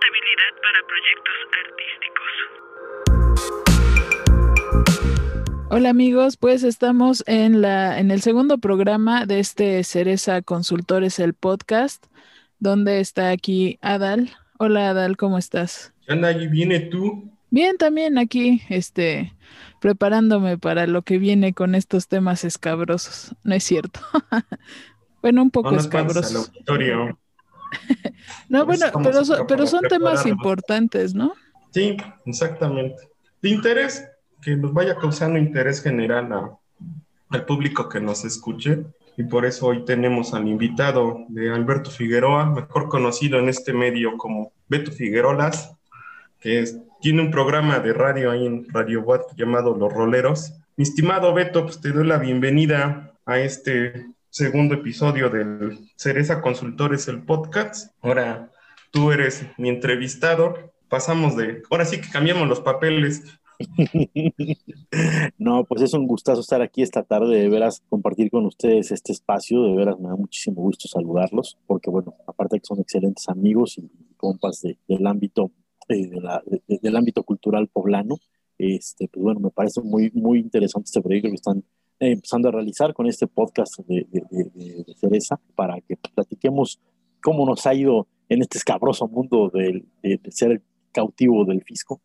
contabilidad para proyectos artísticos. Hola amigos, pues estamos en el segundo programa de este Cereza Consultores, el podcast, donde está aquí Adal. Hola Adal, ¿cómo estás? ¿Qué onda? ¿Y viene tú? Bien, también aquí, preparándome para lo que viene con estos temas escabrosos. No es cierto. Bueno, un No poco nos espantes al escabrosos. auditorio. No, Por eso bueno, estamos acá, pero para son temas prepararnos. importantes, ¿no? Sí, exactamente. De interés, que nos vaya causando interés general al público que nos escuche. Y por eso hoy tenemos al invitado de Alberto Figueroa, mejor conocido en este medio como Beto Figuerolas, tiene un programa de radio ahí en Radio Watt llamado Los Roleros. Mi estimado Beto, pues te doy la bienvenida a este segundo episodio del Cereza Consultores, el podcast. Ahora tú eres mi entrevistado. Ahora sí que cambiamos los papeles. No, pues es un gustazo estar aquí esta tarde, de veras, compartir con ustedes este espacio, de veras me da muchísimo gusto saludarlos, porque bueno, aparte de que son excelentes amigos y compas del ámbito, del ámbito cultural poblano, pues bueno, me parece muy, muy interesante este proyecto que están empezando a realizar con este podcast de Cereza, para que platiquemos cómo nos ha ido en este escabroso mundo de ser cautivo del fisco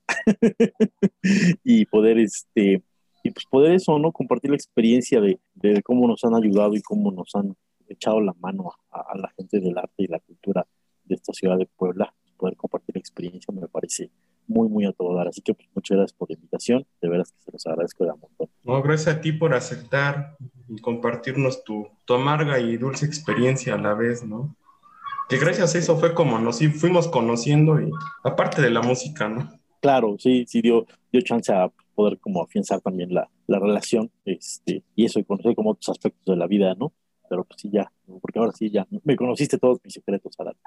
y poder y pues poder eso, ¿no? Compartir la experiencia de cómo nos han ayudado y cómo nos han echado la mano a la gente del arte y la cultura de esta ciudad de Puebla. Poder compartir la experiencia me parece muy, muy a todo dar. Así que pues, muchas gracias por la invitación. De veras que se los agradezco de a montón. No, gracias a ti por aceptar y compartirnos tu amarga y dulce experiencia a la vez, ¿no? Que gracias a eso fue como nos fuimos conociendo y aparte de la música, ¿no? Claro, sí, dio chance a poder como afianzar también la relación, y eso, y conocer como otros aspectos de la vida, ¿no? Pero pues sí, ya, porque ahora sí, ya me conociste todos mis secretos, Alan.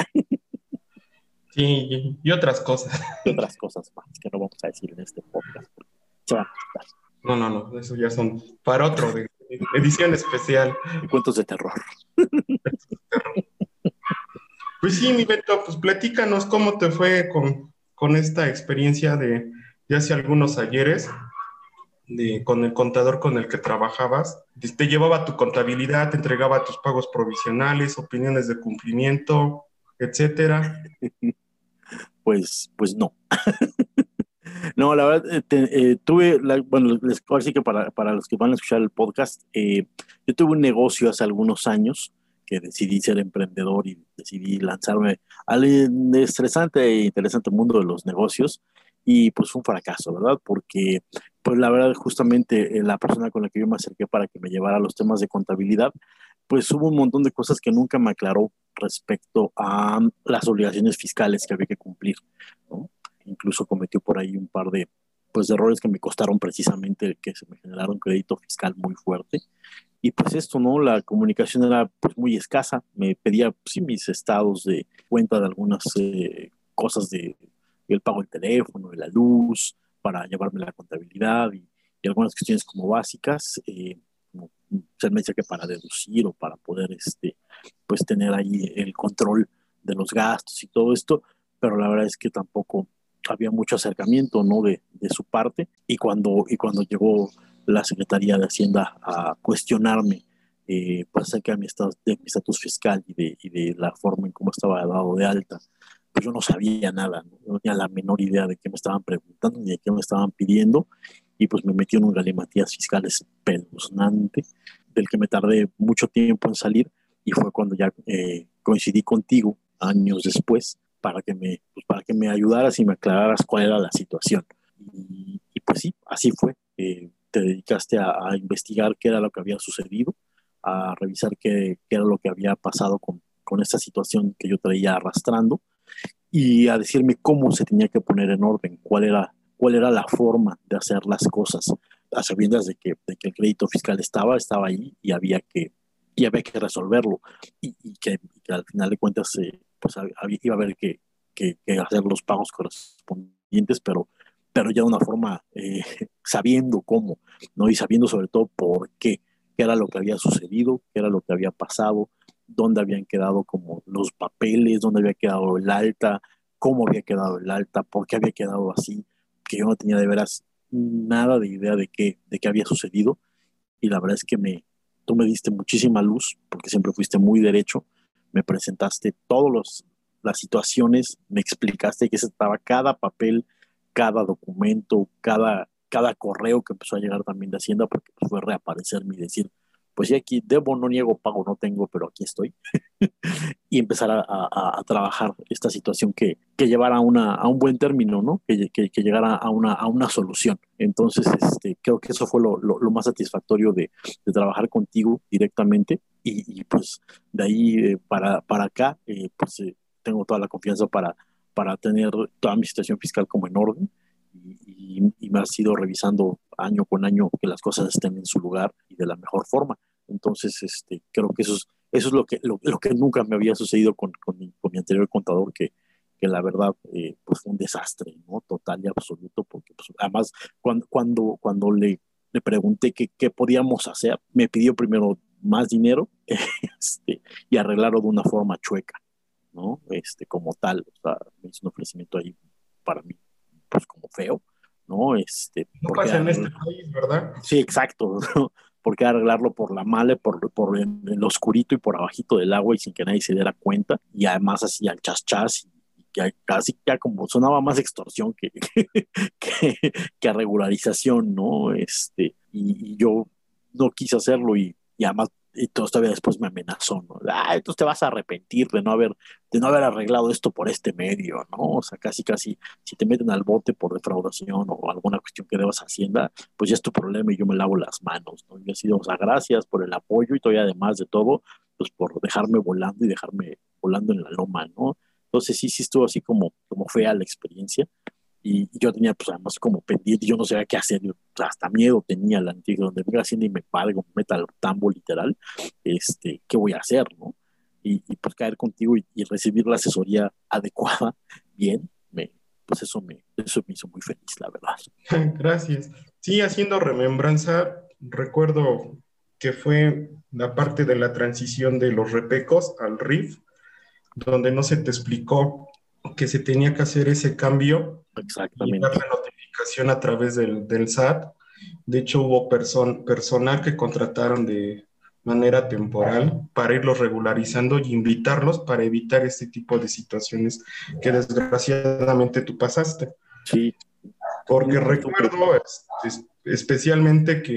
Sí, y otras cosas. Y otras cosas más que no vamos a decir en este podcast, porque se van a quitar. No, eso ya son para otro de edición especial. Y cuentos de terror. Pues sí, mi Beto, pues platícanos cómo te fue con esta experiencia de hace algunos ayeres, con el contador con el que trabajabas. Te llevaba tu contabilidad, te entregaba tus pagos provisionales, opiniones de cumplimiento, etcétera. Pues no. No, la verdad, tuve, bueno, ahora sí que para los que van a escuchar el podcast, yo tuve un negocio hace algunos años que decidí ser emprendedor y decidí lanzarme al estresante e interesante mundo de los negocios, y pues fue un fracaso, ¿verdad? Porque pues la verdad justamente la persona con la que yo me acerqué para que me llevara a los temas de contabilidad, pues hubo un montón de cosas que nunca me aclaró respecto a las obligaciones fiscales que había que cumplir, ¿no? Incluso cometió por ahí un par pues, de errores que me costaron precisamente que se me generaron crédito fiscal muy fuerte. Y pues esto, ¿no? La comunicación era pues muy escasa. Me pedía, pues, sí, mis estados de cuenta de algunas cosas del pago del teléfono, de la luz, para llevarme la contabilidad y algunas cuestiones como básicas, como se me dice que para deducir o para poder, pues tener ahí el control de los gastos y todo esto, pero la verdad es que tampoco había mucho acercamiento, ¿no? de su parte, y cuando llegó la Secretaría de Hacienda a cuestionarme pues acerca de mi estatus fiscal y de la forma en cómo estaba dado de alta, pues yo no sabía nada, no tenía la menor idea de qué me estaban preguntando ni de qué me estaban pidiendo, y pues me metió en un galimatías fiscal espeluznante, del que me tardé mucho tiempo en salir, y fue cuando ya coincidí contigo años después para que me ayudaras y me aclararas cuál era la situación. Y pues sí, así fue. Te dedicaste a investigar qué era lo que había sucedido, a revisar qué era lo que había pasado con esta situación que yo traía arrastrando, y a decirme cómo se tenía que poner en orden, cuál era la forma de hacer las cosas, a sabiendas de que el crédito fiscal estaba ahí y había que resolverlo, y que al final de cuentas pues iba a haber que hacer los pagos correspondientes, pero ya de una forma sabiendo cómo, ¿no? Y sabiendo sobre todo por qué era lo que había sucedido, qué era lo que había pasado, dónde habían quedado como los papeles, dónde había quedado el alta, cómo había quedado el alta, por qué había quedado así, que yo no tenía de veras nada de idea de qué había sucedido. Y la verdad es que tú me diste muchísima luz, porque siempre fuiste muy derecho, me presentaste las situaciones, me explicaste que estaba cada papel, cada documento, cada correo que empezó a llegar también de Hacienda, porque pues, fue reaparecerme y decir, pues sí, aquí debo, no niego, pago, no tengo, pero aquí estoy. Y empezar a trabajar esta situación que llevara a un buen término, ¿no? Que llegara a una solución. Entonces, creo que eso fue lo más satisfactorio de trabajar contigo directamente y pues de ahí para acá, tengo toda la confianza para tener toda mi situación fiscal como en orden y me has ido revisando año con año que las cosas estén en su lugar y de la mejor forma. Entonces, creo que eso es lo que nunca me había sucedido con mi anterior contador, que la verdad pues fue un desastre, ¿no? Total y absoluto, porque pues, además cuando le pregunté qué podíamos hacer, me pidió primero más dinero y arreglarlo de una forma chueca, ¿no? Como tal, o sea, me hizo un ofrecimiento ahí para mí, pues como feo, ¿no? No porque pasa en este país, ¿verdad? Sí, exacto, ¿no? Porque arreglarlo por la mala, por el oscurito y por abajito del agua y sin que nadie se diera cuenta, y además así al chas chas, y que casi ya como sonaba más extorsión que, que a regularización, ¿no? Y yo no quise hacerlo y además y todavía después me amenazó, ¿no? Entonces te vas a arrepentir de no haber arreglado esto por este medio, ¿no? O sea, casi, casi, si te meten al bote por defraudación o alguna cuestión que debas a Hacienda, pues ya es tu problema y yo me lavo las manos, ¿no? Y así, o sea, gracias por el apoyo y todavía además de todo, pues por dejarme volando y dejarme volando en la loma, ¿no? Entonces sí estuvo así como fea la experiencia y yo tenía pues además como pendiente, yo no sabía qué hacer, yo, pues, hasta miedo tenía la antigua, donde venga haciendo y me pague, me meta al tambo literal, ¿qué voy a hacer, no? Pues caer contigo y recibir la asesoría adecuada, bien, pues eso me hizo muy feliz, la verdad. Gracias. Sí, haciendo remembranza, recuerdo que fue la parte de la transición de los repecos al RIF, donde no se te explicó que se tenía que hacer ese cambio y dar Exactamente. la notificación a través del SAT. De hecho, hubo personal que contrataron de manera temporal para irlos regularizando y invitarlos para evitar este tipo de situaciones que desgraciadamente tú pasaste. Sí, Porque súper. recuerdo especialmente que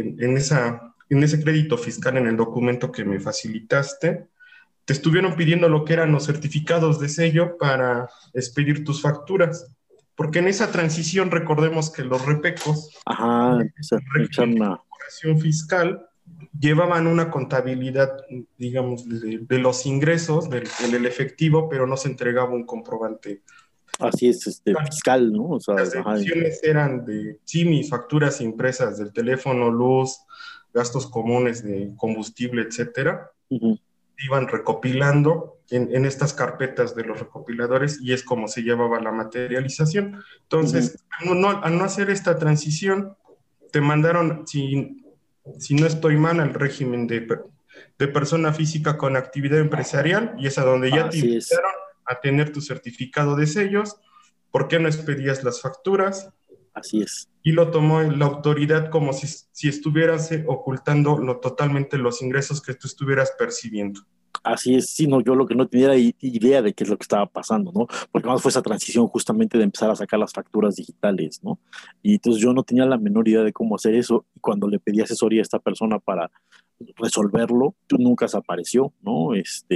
en ese crédito fiscal, en el documento que me facilitaste, te estuvieron pidiendo lo que eran los certificados de sello para expedir tus facturas. Porque en esa transición recordemos que los repecos, Ajá, el régimen empezaron de incorporación fiscal, llevaban una contabilidad, digamos, de los ingresos, del efectivo, pero no se entregaba un comprobante. así es, fiscal, ¿no? O sea, Las ajá, deducciones eran de, sí, mis facturas impresas del teléfono, luz, gastos comunes de combustible, etcétera, uh-huh, iban recopilando en estas carpetas de los recopiladores y es como se llevaba la materialización. uh-huh. Entonces, al no hacer esta transición, te mandaron, si no estoy mal, al régimen de persona física con actividad empresarial y es a donde ya te Así es. invitaron a tener tu certificado de sellos. ¿Por qué no expedías las facturas? Así es. Y lo tomó la autoridad como si estuvieras ocultando totalmente los ingresos que tú estuvieras percibiendo. Así es, sí, no, yo lo que no tenía era idea de qué es lo que estaba pasando, ¿no? Porque más fue esa transición justamente de empezar a sacar las facturas digitales, ¿no? Y entonces yo no tenía la menor idea de cómo hacer eso y cuando le pedí asesoría a esta persona para resolverlo, tú nunca se apareció, ¿no?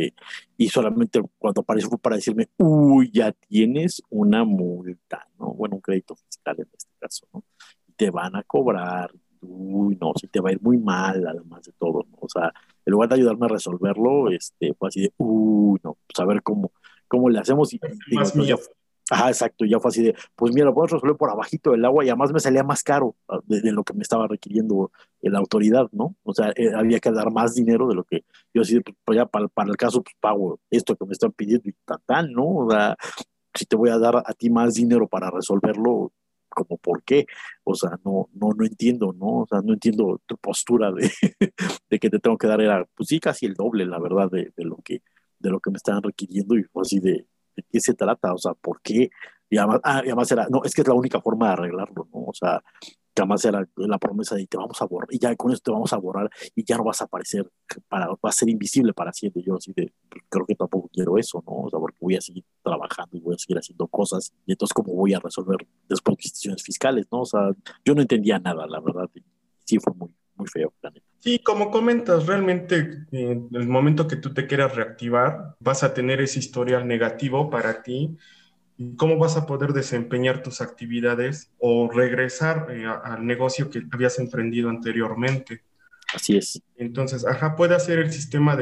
Y solamente cuando apareció fue para decirme, uy, ya tienes una multa, ¿no? Bueno, un crédito fiscal en este caso, ¿no? Y te van a cobrar, uy, no, sí te va a ir muy mal, además de todo, ¿no? O sea, en lugar de ayudarme a resolverlo, fue así de, no, pues a ver cómo le hacemos. Y digo, Más entonces miedo. ya, ajá, exacto, ya fue así de, pues mira, lo podemos resolver por abajito del agua y además me salía más caro de lo que me estaba requiriendo la autoridad, ¿no? O sea, había que dar más dinero de lo que yo así, pues ya para el caso, pues pago esto que me están pidiendo y tal, ¿no? O sea, si te voy a dar a ti más dinero para resolverlo, como por qué, o sea, no entiendo, ¿no? O sea, no entiendo tu postura de que te tengo que dar, era, pues sí, casi el doble, la verdad, de lo que me estaban requiriendo y fue así de, ¿de qué se trata? O sea, ¿por qué? Y además era, no, es que es la única forma de arreglarlo, ¿no? O sea, que además era la promesa de te vamos a borrar, y ya con esto te vamos a borrar, y ya no vas a aparecer, vas a ser invisible para siempre. Yo así de, pues, creo que tampoco quiero eso, ¿no? O sea, porque voy a seguir trabajando y voy a seguir haciendo cosas, y entonces, ¿cómo voy a resolver después mis decisiones fiscales, ¿no? O sea, yo no entendía nada, la verdad, y sí fue muy, muy feo, la neta. Sí, como comentas, realmente en el momento que tú te quieras reactivar, vas a tener ese historial negativo para ti. ¿Y cómo vas a poder desempeñar tus actividades o regresar al negocio que habías emprendido anteriormente? Así es. Entonces, ajá, puede hacer el sistema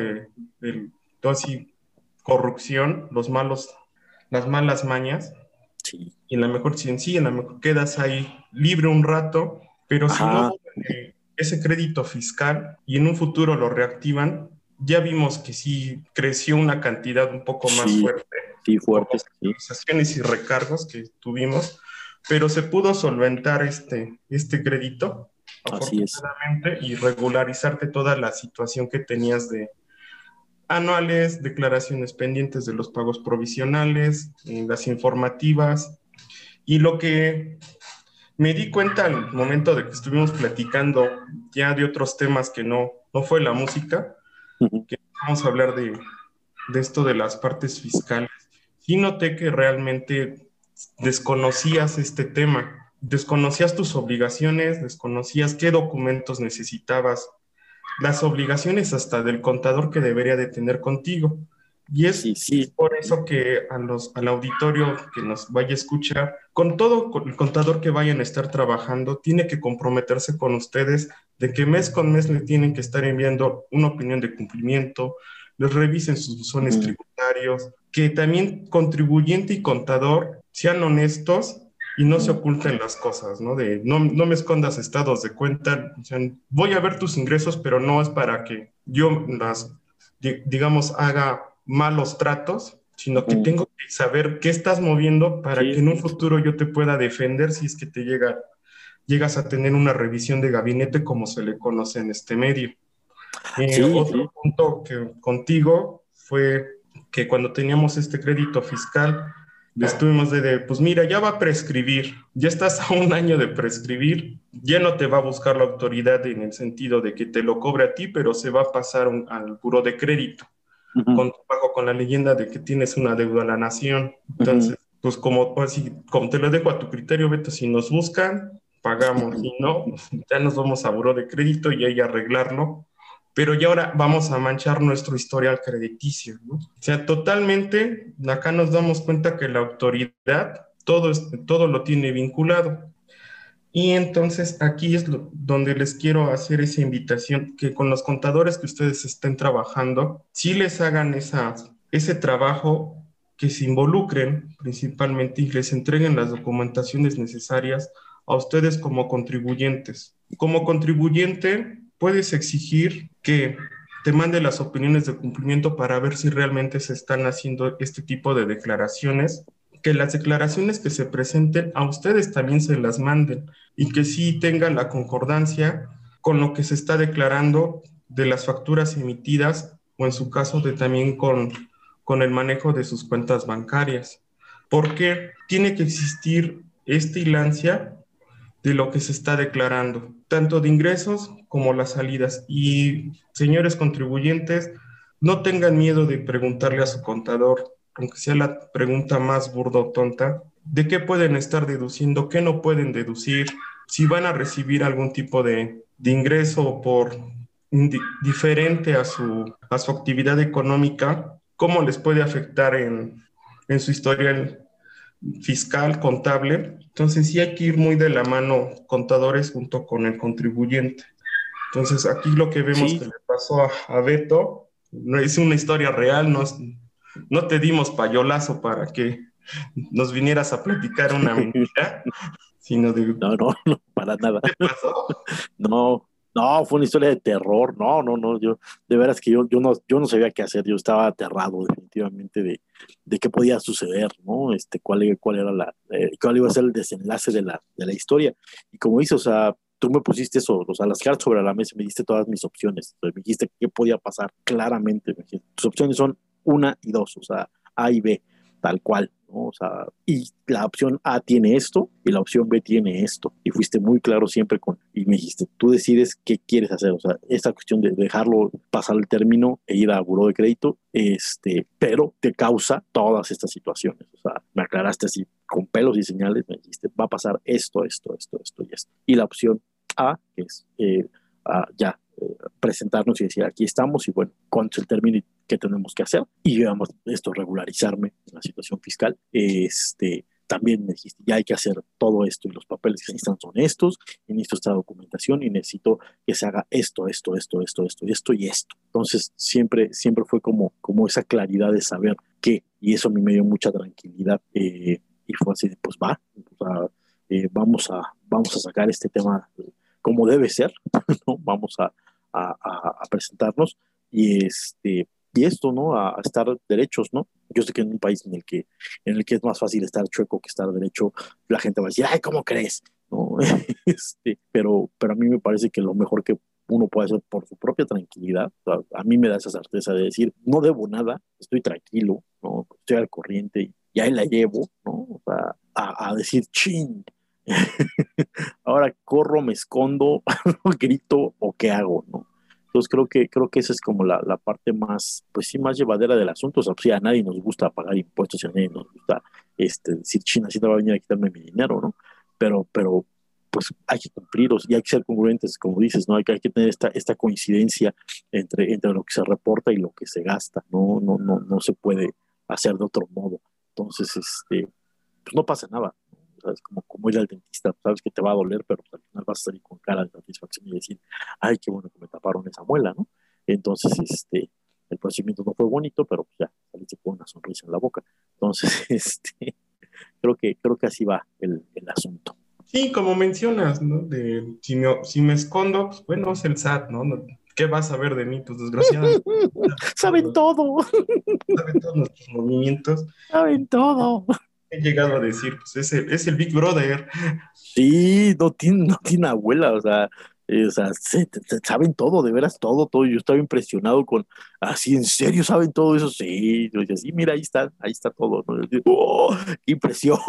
todo así, corrupción, las malas mañas, Sí. y en la mejor, si en sí, en la mejor quedas ahí libre un rato, pero si no, Ajá, ese crédito fiscal y en un futuro lo reactivan, ya vimos que sí creció una cantidad un poco más sí, fuerte sí, por fuerte, las sí. actualizaciones y recargos que tuvimos, pero se pudo solventar este crédito, Así es. afortunadamente, y regularizarte toda la situación que tenías de anuales, declaraciones pendientes de los pagos provisionales, las informativas, y lo que me di cuenta al momento de que estuvimos platicando ya de otros temas que no fue la música, Ujú. que vamos a hablar de esto de las partes fiscales. Sí noté que realmente desconocías este tema, desconocías tus obligaciones, desconocías qué documentos necesitabas, las obligaciones hasta del contador que debería de tener contigo. Y Sí, es sí. por eso que al auditorio que nos vaya a escuchar, con todo con el contador que vayan a estar trabajando, tiene que comprometerse con ustedes de que mes con mes le tienen que estar enviando una opinión de cumplimiento, les revisen sus buzones Ujú. tributarios, que también contribuyente y contador sean honestos y no se Ujú. oculten las cosas, ¿no? No me escondas estados de cuenta, o sea, voy a ver tus ingresos, pero no es para que yo digamos, haga malos tratos, sino que Ujú. tengo que saber qué estás moviendo para que Sí, en un futuro yo te pueda defender si es que llegas a tener una revisión de gabinete como se le conoce en este medio. sí, Otro sí. punto que contigo fue que cuando teníamos este crédito fiscal, le estuvimos pues mira, ya va a prescribir, ya estás a un año de prescribir, ya no te va a buscar la autoridad en el sentido de que te lo cobre a ti, pero se va a pasar al buro de crédito Ujú. bajo con la leyenda de que tienes una deuda a la nación. Ujú. Entonces, pues como te lo dejo a tu criterio, Beto, si nos buscan, pagamos, si no, ya nos vamos a buro de crédito y ahí arreglarlo, pero ya ahora vamos a manchar nuestro historial crediticio, ¿no? O sea, totalmente, acá nos damos cuenta que la autoridad todo lo tiene vinculado. Y entonces aquí es donde les quiero hacer esa invitación, que con los contadores que ustedes estén trabajando, sí les hagan ese trabajo, que se involucren principalmente y les entreguen las documentaciones necesarias a ustedes como contribuyentes. Como contribuyente, puedes exigir que te mande las opiniones de cumplimiento para ver si realmente se están haciendo este tipo de declaraciones, que las declaraciones que se presenten a ustedes también se las manden y que sí tengan la concordancia con lo que se está declarando de las facturas emitidas o en su caso de también con el manejo de sus cuentas bancarias. Porque tiene que existir esta hilancia de lo que se está declarando, tanto de ingresos como las salidas. Y señores contribuyentes, no tengan miedo de preguntarle a su contador, aunque sea la pregunta más burda o tonta, de qué pueden estar deduciendo, qué no pueden deducir, si van a recibir algún tipo de ingreso diferente a su actividad económica, cómo les puede afectar en su historial fiscal, contable. Entonces sí hay que ir muy de la mano contadores junto con el contribuyente. Entonces aquí lo que vemos Sí, que le pasó a Beto, no es una historia real, no te dimos payolazo para que nos vinieras a platicar una mentira, sino de no, no, no, para nada. ¿qué pasó? No, no, fue una historia de terror. No, no, no, de veras que yo no sabía qué hacer. Yo estaba aterrado definitivamente de qué podía suceder, ¿no? Cuál era cuál iba a ser el desenlace de la historia. Y como dices, o sea, tú me pusiste eso, o sea, las cartas sobre la mesa, me diste todas mis opciones. O sea, me dijiste qué podía pasar claramente. Me dijiste, tus opciones son una y dos, o sea, A y B. tal cual, ¿no? O sea, y la opción A tiene esto y la opción B tiene esto. Y fuiste muy claro siempre y me dijiste, tú decides qué quieres hacer. O sea, esta cuestión de dejarlo pasar el término e ir a buró de crédito, pero te causa todas estas situaciones. O sea, me aclaraste así con pelos y señales, me dijiste, va a pasar esto, esto, esto, esto y esto. Y la opción A, que es presentarnos y decir, aquí estamos y bueno, cuánto es el término y qué tenemos que hacer. Y digamos, esto, regularizarme en la situación fiscal. También me dijiste, ya hay que hacer todo esto y los papeles que se necesitan son estos, y necesito esta documentación y necesito que se haga esto, esto, esto, esto, esto y esto y esto. Entonces, siempre fue como esa claridad de saber qué, y eso a mí me dio mucha tranquilidad. Y fue así, pues va, o sea, vamos a sacar este tema como debe ser, ¿no? Vamos a presentarnos y esto, ¿no? A estar derechos, ¿no? Yo sé que en un país en el que es más fácil estar chueco que estar derecho, la gente va a decir, ay, ¿cómo crees? ¿No? Pero a mí me parece que lo mejor que uno puede hacer por su propia tranquilidad, o sea, a mí me da esa certeza de decir, no debo nada, estoy tranquilo, ¿no? Estoy al corriente y ahí la llevo, ¿no? O sea, a decir, chin, ahora corro, me escondo, grito o qué hago, ¿no? Entonces creo que esa es como la parte más, pues sí, más llevadera del asunto. O sea, pues, sí, a nadie nos gusta pagar impuestos y a nadie nos gusta decir, China, sí te va a venir a quitarme mi dinero, ¿no? Pero pues hay que cumplirlos y hay que ser congruentes, como dices, ¿no? Hay que tener esta coincidencia entre lo que se reporta y lo que se gasta, ¿no? No se puede hacer de otro modo. Entonces, pues no pasa nada. ¿Sabes? Como ir al dentista, sabes que te va a doler, pero pues, al final vas a salir con cara de satisfacción y decir, ay, qué bueno que me taparon esa muela, ¿no? Entonces, el procedimiento no fue bonito, pero pues ya saliste con una sonrisa en la boca. Entonces, creo que así va el asunto. Sí, como mencionas, ¿no? Si me escondo, pues bueno, es el SAT, ¿no? ¿Qué vas a ver de mí? Pues desgraciadamente, Saben todo, saben todos nuestros movimientos. saben todo. He llegado a decir, pues es el Big Brother. Sí, no tiene abuela, o sea, saben todo, de veras todo, todo. Yo estaba impresionado así, ¿en serio saben todo eso? Sí, yo decía, sí, mira, ahí está todo, ¿no? Yo decía, ¡oh! ¡Qué impresión!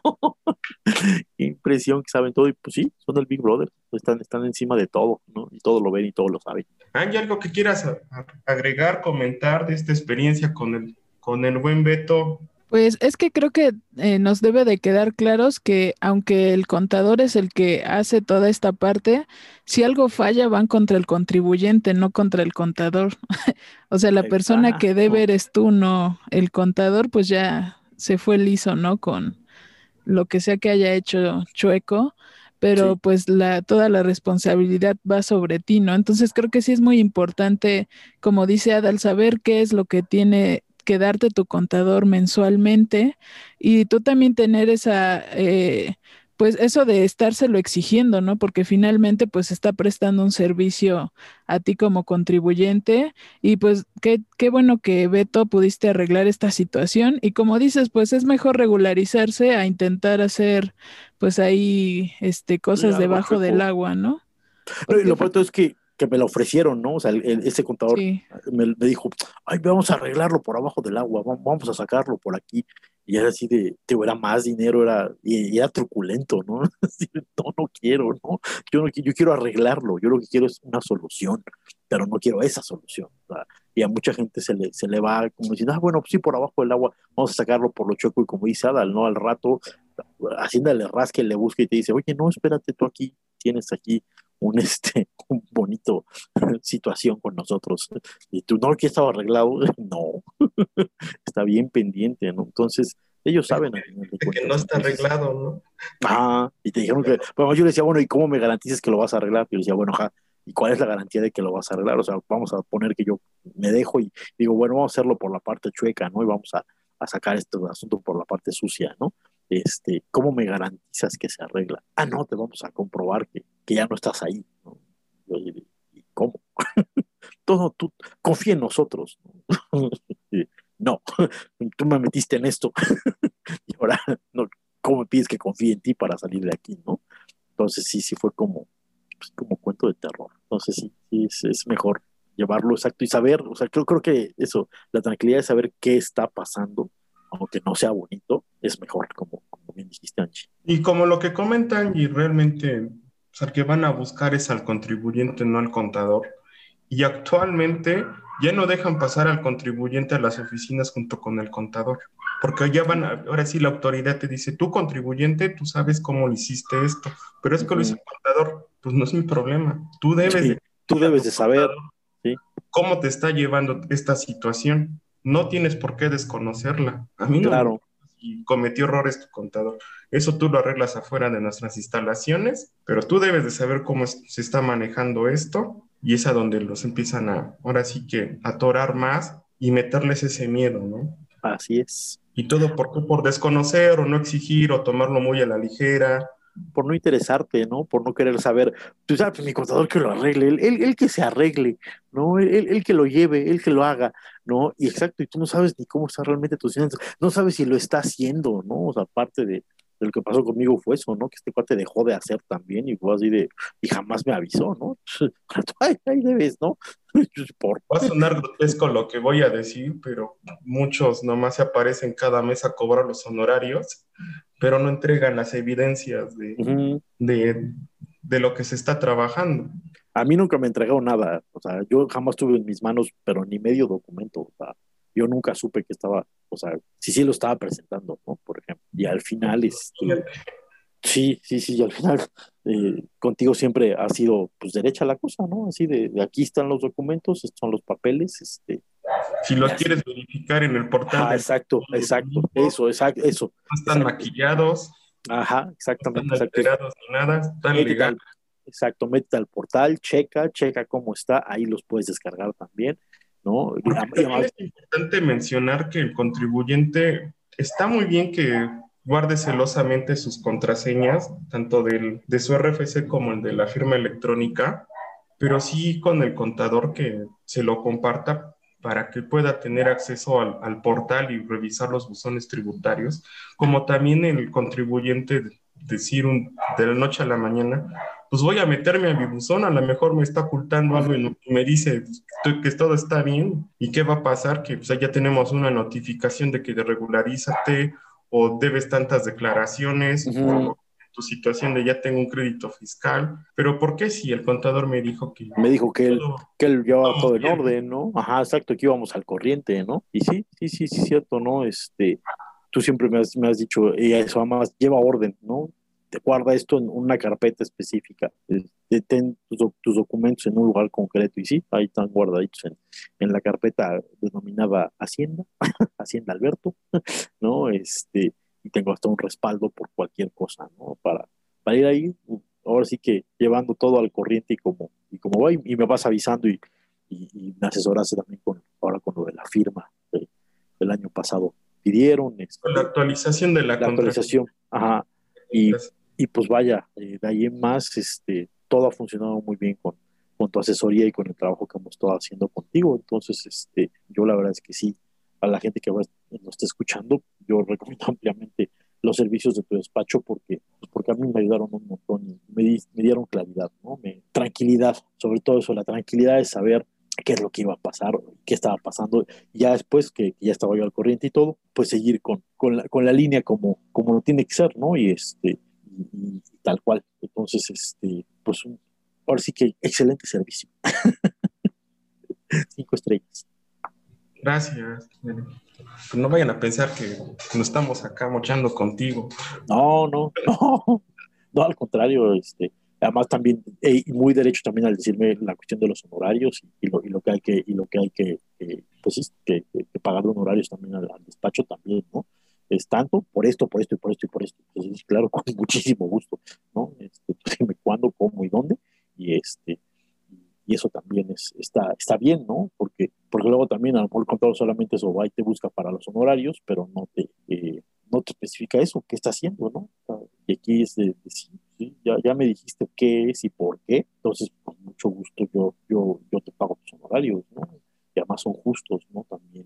¡Qué impresión que saben todo! Y pues sí, son el Big Brother, están encima de todo, ¿no? Y todo lo ven y todo lo saben. ¿Hay algo que quieras agregar, comentar de esta experiencia con el buen Beto? Pues es que creo que nos debe de quedar claros que aunque el contador es el que hace toda esta parte, si algo falla van contra el contribuyente, no contra el contador. O sea, la persona que debe Exacto. eres tú, no el contador, pues ya se fue liso, ¿no? Con lo que sea que haya hecho chueco, pero Sí, pues toda la responsabilidad va sobre ti, ¿no? Entonces creo que sí es muy importante, como dice Adal, saber qué es lo que tiene que darte tu contador mensualmente y tú también tener pues eso de estárselo exigiendo, ¿no? Porque finalmente pues está prestando un servicio a ti como contribuyente y pues qué bueno que Beto pudiste arreglar esta situación y como dices, pues es mejor regularizarse a intentar hacer pues ahí sí, cosas algo debajo del chueco. agua, ¿no? No, y Porque lo peor es que me lo ofrecieron, ¿no? O sea, ese contador sí, me dijo, ay, vamos a arreglarlo por abajo del agua, vamos a sacarlo por aquí. Y era así era más dinero, y era truculento, ¿no? Así de, no quiero, ¿no? Yo quiero arreglarlo, yo lo que quiero es una solución, pero no quiero esa solución. O sea, y a mucha gente se le va como diciendo, bueno, pues sí, por abajo del agua, vamos a sacarlo por lo chueco, y como dice Adal, ¿no? Al rato, haciéndole rasque, le busca y te dice, oye, no, espérate, tú aquí tienes aquí un bonito situación con nosotros. Y tú, no, que estaba arreglado. No, está bien pendiente, ¿no? Entonces, ellos saben al final de De que no cuentas. está Entonces, arreglado, ¿no? y te dijeron que, bueno, yo le decía, bueno, ¿y cómo me garantizas que lo vas a arreglar? Y yo le decía, bueno, ajá, ¿y cuál es la garantía de que lo vas a arreglar? O sea, vamos a poner que yo me dejo y digo, bueno, vamos a hacerlo por la parte chueca, ¿no? Y vamos a sacar este asunto por la parte sucia, ¿no? ¿Cómo me garantizas que se arregla? Ah, no, te vamos a comprobar que ya no estás ahí, ¿no? ¿Y cómo? Todo, tú confía en nosotros. No, tú me metiste en esto y ahora no, ¿cómo me pides que confíe en ti para salir de aquí, no? Entonces sí fue pues, como cuento de terror. Entonces sí es mejor llevarlo exacto y saber, o sea, creo que eso, la tranquilidad de saber qué está pasando, aunque no sea bonito, es mejor, como bien dijiste, Angie. Y como lo que comentan, y realmente, o sea, que van a buscar es al contribuyente, no al contador. Y actualmente ya no dejan pasar al contribuyente a las oficinas junto con el contador, porque ya ahora sí la autoridad te dice, tú contribuyente, tú sabes cómo le hiciste esto, pero es que lo hizo el contador, pues no es mi problema. Tú debes Sí, de tú decirle a debes tu de saber, contador ¿sí? cómo te está llevando esta situación. No tienes por qué desconocerla. A mí no me Claro. importa si cometió errores tu contador. Eso tú lo arreglas afuera de nuestras instalaciones, pero tú debes de saber cómo se está manejando esto y es a donde los empiezan a, ahora sí que, atorar más y meterles ese miedo, ¿no? Así es. Y todo por desconocer o no exigir o tomarlo muy a la ligera. Por no interesarte, ¿no? Por no querer saber, tú sabes, mi contador que lo arregle, él que se arregle, ¿no? Él que lo lleve, él que lo haga, ¿no? Y exacto, y tú no sabes ni cómo está realmente tus finanzas, no sabes si lo está haciendo, ¿no? O sea, aparte de lo que pasó conmigo fue eso, ¿no? Que este cuate dejó de hacer también y fue así y jamás me avisó, ¿no? Ahí debes, ¿no? Por, Va a sonar grotesco lo que voy a decir, pero muchos nomás se aparecen cada mes a cobrar los honorarios, pero no entregan las evidencias Ujú. de, de lo que se está trabajando. A mí nunca me entregaron nada, o sea, yo jamás tuve en mis manos, pero ni medio documento, o sea, yo nunca supe que estaba, o sea, si lo estaba presentando, ¿no? Por ejemplo. Y al final, sí, y al final, contigo siempre ha sido, pues, derecha la cosa, ¿no? Así de aquí están los documentos, estos son los papeles, Si y los así. quieres verificar en el portal Ajá, del exacto, Estado de exacto, México, eso, no están exacto. maquillados, Ajá, no están exactamente, exacto. alterados ni nada, están Métete legales. al, exacto, métete al portal, checa cómo está, ahí los puedes descargar también, ¿no? Porque Y también además, es importante mencionar que el contribuyente está muy bien que guarde celosamente sus contraseñas, tanto de su RFC como el de la firma electrónica, pero sí con el contador que se lo comparta para que pueda tener acceso al portal y revisar los buzones tributarios, como también el contribuyente decir de la noche a la mañana, pues voy a meterme a mi buzón, a lo mejor me está ocultando algo y me dice que todo está bien y qué va a pasar, que pues, ya tenemos una notificación de que regularízate o debes tantas declaraciones ujú, o tu situación de ya tengo un crédito fiscal, pero ¿por qué si el contador me dijo que me dijo todo que él llevaba vamos todo en bien? orden, ¿no? Ajá, exacto, que íbamos al corriente, ¿no? Y sí, cierto, ¿no? Tú siempre me has dicho, y eso además lleva orden, ¿no? Te guarda esto en una carpeta específica, ten tus documentos en un lugar concreto, y sí, ahí están guardaditos en la carpeta denominada Hacienda, Hacienda Alberto, ¿no? Y tengo hasta un respaldo por cualquier cosa, ¿no? Para ir ahí, ahora sí que llevando todo al corriente y como va, y me vas avisando y me asesoraste también ahora con lo de la firma del año pasado. Pidieron Con la actualización de la la contraseña. actualización, ajá, y pues vaya, de ahí en más, todo ha funcionado muy bien con tu asesoría y con el trabajo que hemos estado haciendo contigo. Entonces, yo la verdad es que sí, a la gente que nos esté escuchando, yo recomiendo ampliamente los servicios de tu despacho porque a mí me ayudaron un montón y me dieron claridad, ¿no? Tranquilidad, sobre todo eso, la tranquilidad de saber qué es lo que iba a pasar, qué estaba pasando. Y ya después que ya estaba yo al corriente y todo, pues seguir con la línea como lo tiene que ser, ¿no? Y tal cual. Entonces, pues ahora sí que excelente servicio. 5 estrellas. Gracias. Pues no vayan a pensar que no estamos acá mochando contigo. No, no, no, no, al contrario, además también, y muy derecho también al decirme la cuestión de los honorarios y lo que hay que pues sí, que pagar de honorarios también al despacho también, ¿no? Es tanto por esto, por esto y por esto y por esto. Entonces, claro, con muchísimo gusto, ¿no? Pues, dime cuándo, cómo y dónde, y y eso también está bien, ¿no? Porque luego también a lo mejor el contador solamente eso va y te busca para los honorarios, pero no te especifica eso, qué está haciendo, ¿no? Y aquí es de sí, ya me dijiste qué es y por qué, entonces con mucho gusto yo te pago tus honorarios, ¿no? Y además son justos, ¿no? También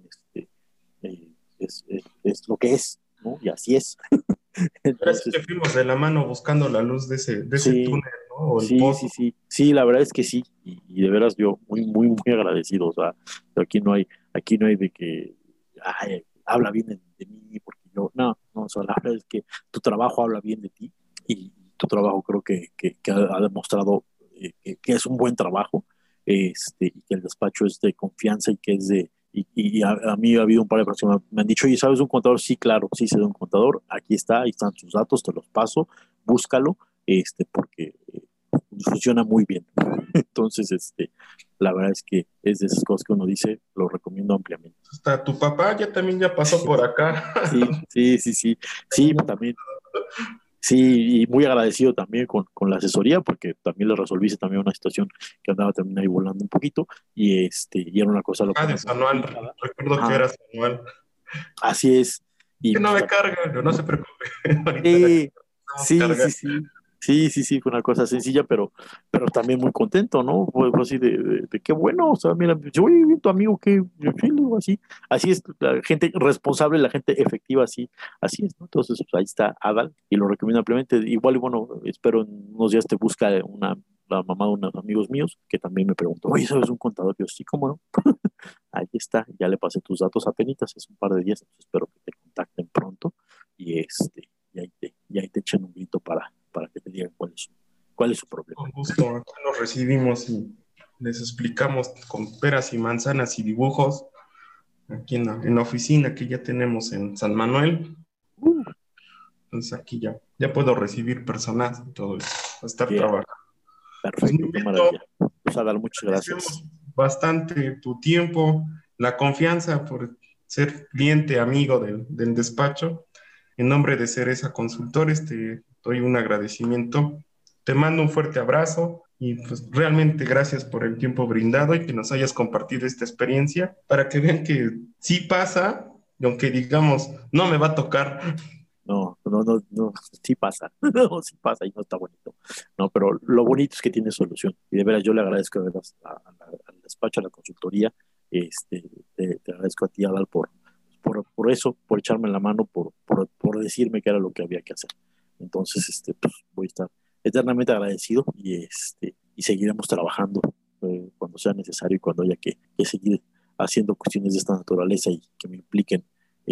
es lo que es, ¿no? Y así es. Ahora sí Entonces, que fuimos de la mano buscando la luz de ese sí, túnel, ¿no? O el sí, sí, pozo. sí, sí, la verdad es que sí, y de veras yo muy, muy, muy agradecido, o sea, aquí no hay de que, ay, habla bien de mí, porque yo, no, o sea, la verdad es que tu trabajo habla bien de ti y tu trabajo creo que ha demostrado que es un buen trabajo, y que el despacho es de confianza y que es y a mí ha habido un par de personas que me han dicho, oye, ¿sabes un contador? Sí, claro, sí sé de un contador, aquí está, ahí están sus datos, te los paso, búscalo, porque funciona muy bien. Entonces, la verdad es que es de esas cosas que uno dice, lo recomiendo ampliamente. Hasta tu papá ya pasó por acá. Sí, sí, sí, sí, sí, también. Sí, y muy agradecido también con la asesoría, porque también le resolviste también una situación que andaba también ahí volando un poquito, y era una cosa lo que Ah, de más Sanual. complicada. Recuerdo que Ajá, era Sanual. así es. Y Que no pues me carga, no se preocupe. Ahorita le sí, estamos sí, sí, cargando. sí. Sí, sí, sí, fue una cosa sencilla, pero también muy contento, ¿no? Fue así de qué bueno, o sea, mira, yo voy bien tu amigo, que sí, le digo, así es, la gente responsable, la gente efectiva, así es, ¿no? Entonces, pues, ahí está Adal, y lo recomiendo ampliamente. Igual, y bueno, espero en unos días te busca la mamá de unos amigos míos, que también me preguntó, oye, ¿sabes un contador? Yo, sí, ¿cómo no? Ahí está, ya le pasé tus datos apenitas, es un par de días, entonces espero que te contacten pronto y y ahí te echen un grito para que te digan cuál es su problema. Con gusto, acá nos recibimos y les explicamos con peras y manzanas y dibujos aquí en la oficina que ya tenemos en San Manuel. Uh, Entonces aquí ya puedo recibir personas y todo eso, a estar yeah, trabajando. Pues me perfecto, qué invito, maravilla. Pues Adal, muchas gracias. agradecemos bastante tu tiempo, la confianza por ser cliente, amigo del despacho. En nombre de Cereza Consultores, te doy un agradecimiento. Te mando un fuerte abrazo y pues realmente gracias por el tiempo brindado y que nos hayas compartido esta experiencia para que vean que sí pasa, y aunque digamos, no me va a tocar. No, no, no, no, sí pasa, no, sí pasa y no está bonito. No, pero lo bonito es que tiene solución. Y de veras yo le agradezco de veras al despacho, a la consultoría, este, te agradezco a ti, Adal, por eso, por echarme la mano, por decirme que era lo que había que hacer. Entonces, pues voy a estar eternamente agradecido y seguiremos trabajando cuando sea necesario y cuando haya que seguir haciendo cuestiones de esta naturaleza y que me impliquen,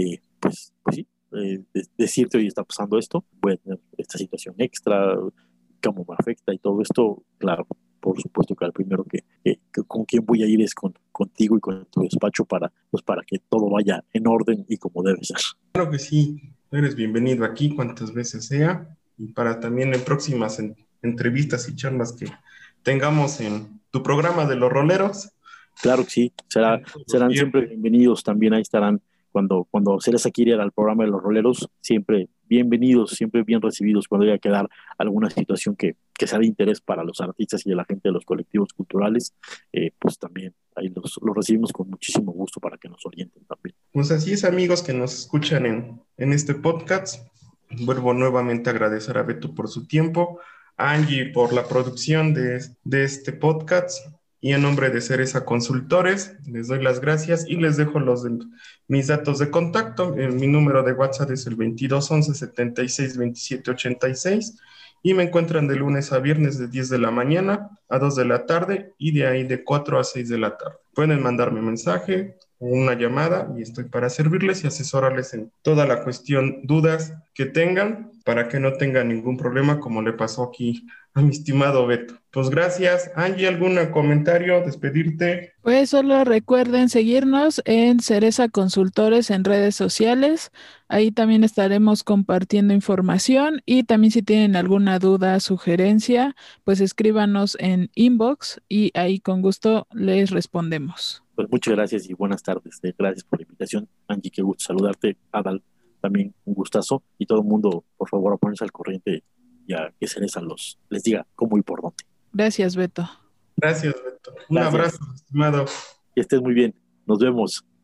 pues sí, decirte, hoy está pasando esto, voy a tener esta situación extra, cómo me afecta y todo esto, claro, por supuesto que al primero que con quien voy a ir es contigo y con tu despacho pues para que todo vaya en orden y como debe ser. Claro que sí, eres bienvenido aquí cuantas veces sea y para también en próximas entrevistas y charlas que tengamos en tu programa de los roleros. Claro que sí, serán siempre Siempre. bienvenidos, también ahí estarán cuando Cereza quiere ir al programa de los roleros, siempre bienvenidos, siempre bien recibidos cuando haya que dar alguna situación que sea de interés para los artistas y de la gente de los colectivos culturales, pues también ahí los recibimos con muchísimo gusto para que nos orienten también. Pues así es, amigos que nos escuchan en este podcast. Vuelvo nuevamente a agradecer a Beto por su tiempo, a Angie por la producción de este podcast y en nombre de Cereza Consultores les doy las gracias y les dejo mis datos de contacto. Mi número de WhatsApp es el 22 11 76 27 86 y me encuentran de lunes a viernes de 10 de la mañana a 2 de la tarde y de ahí de 4 a 6 de la tarde. Pueden mandarme mensaje o una llamada y estoy para servirles y asesorarles en toda la cuestión, dudas que tengan para que no tengan ningún problema como le pasó aquí a mi estimado Beto. Pues gracias. Angie, ¿algún comentario? ¿Despedirte? Pues solo recuerden seguirnos en Cereza Consultores en redes sociales. Ahí también estaremos compartiendo información y también si tienen alguna duda, sugerencia, pues escríbanos en inbox y ahí con gusto les respondemos. Pues muchas gracias y buenas tardes. Gracias por la invitación. Angie, qué gusto saludarte. Adal, también un gustazo. Y todo el mundo, por favor, a ponerse al corriente y a que Cereza les diga cómo y por dónde. Gracias, Beto. Gracias, Beto. Un abrazo, Gracias. estimado. Que estés muy bien. Nos vemos.